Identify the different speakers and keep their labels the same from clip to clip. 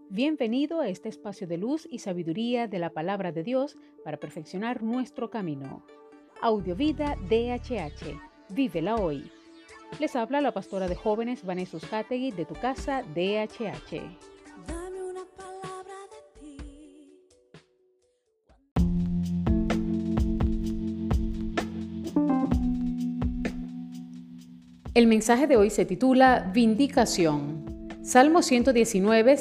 Speaker 1: Bienvenido a este espacio de luz y sabiduría de la palabra de Dios para perfeccionar nuestro camino. Audiovida DHH. Vívela hoy. Les habla la pastora de jóvenes Vanessa Uzcategui de Tu Casa DHH.
Speaker 2: Dame una palabra de ti.
Speaker 1: El mensaje de hoy se titula Vindicación. Salmo 119,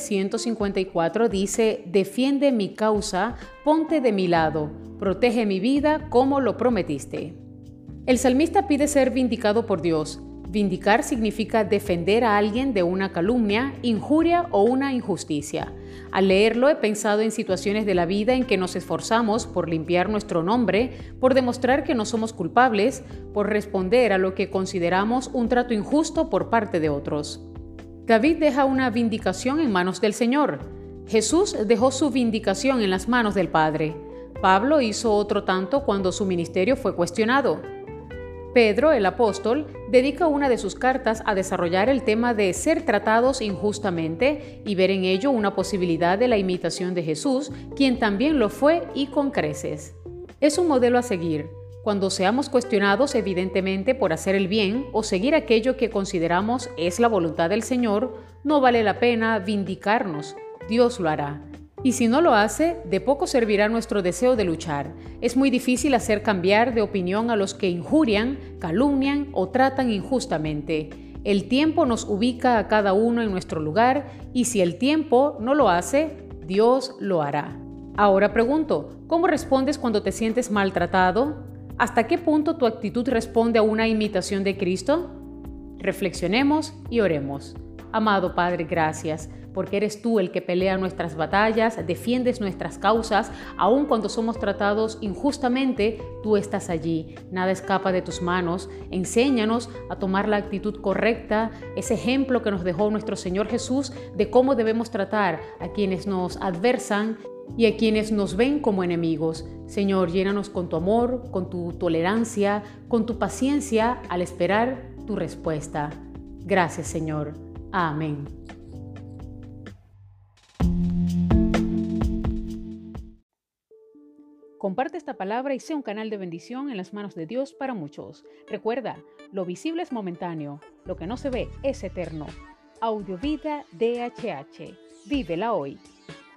Speaker 1: 154 dice: Defiende mi causa, ponte de mi lado, protege mi vida como lo prometiste. El salmista pide ser vindicado por Dios. Vindicar significa defender a alguien de una calumnia, injuria o una injusticia. Al leerlo he pensado en situaciones de la vida en que nos esforzamos por limpiar nuestro nombre, por demostrar que no somos culpables, por responder a lo que consideramos un trato injusto por parte de otros. David deja una vindicación en manos del Señor. Jesús dejó su vindicación en las manos del Padre. Pablo hizo otro tanto cuando su ministerio fue cuestionado. Pedro, el apóstol, dedica una de sus cartas a desarrollar el tema de ser tratados injustamente y ver en ello una posibilidad de la imitación de Jesús, quien también lo fue y con creces. Es un modelo a seguir. Cuando seamos cuestionados evidentemente por hacer el bien o seguir aquello que consideramos es la voluntad del Señor, no vale la pena vindicarnos. Dios lo hará. Y si no lo hace, de poco servirá nuestro deseo de luchar. Es muy difícil hacer cambiar de opinión a los que injurian, calumnian o tratan injustamente. El tiempo nos ubica a cada uno en nuestro lugar y si el tiempo no lo hace, Dios lo hará. Ahora pregunto, ¿cómo respondes cuando te sientes maltratado? ¿Hasta qué punto tu actitud responde a una imitación de Cristo? Reflexionemos y oremos. Amado Padre, gracias, porque eres tú el que pelea nuestras batallas, defiendes nuestras causas, aun cuando somos tratados injustamente, tú estás allí, nada escapa de tus manos. Enséñanos a tomar la actitud correcta, ese ejemplo que nos dejó nuestro Señor Jesús de cómo debemos tratar a quienes nos adversan y a quienes nos ven como enemigos. Señor, llénanos con tu amor, con tu tolerancia, con tu paciencia al esperar tu respuesta. Gracias, Señor. Amén. Comparte esta palabra y sea un canal de bendición en las manos de Dios para muchos. Recuerda, lo visible es momentáneo, lo que no se ve es eterno. Audiovida DHH. Vívela hoy.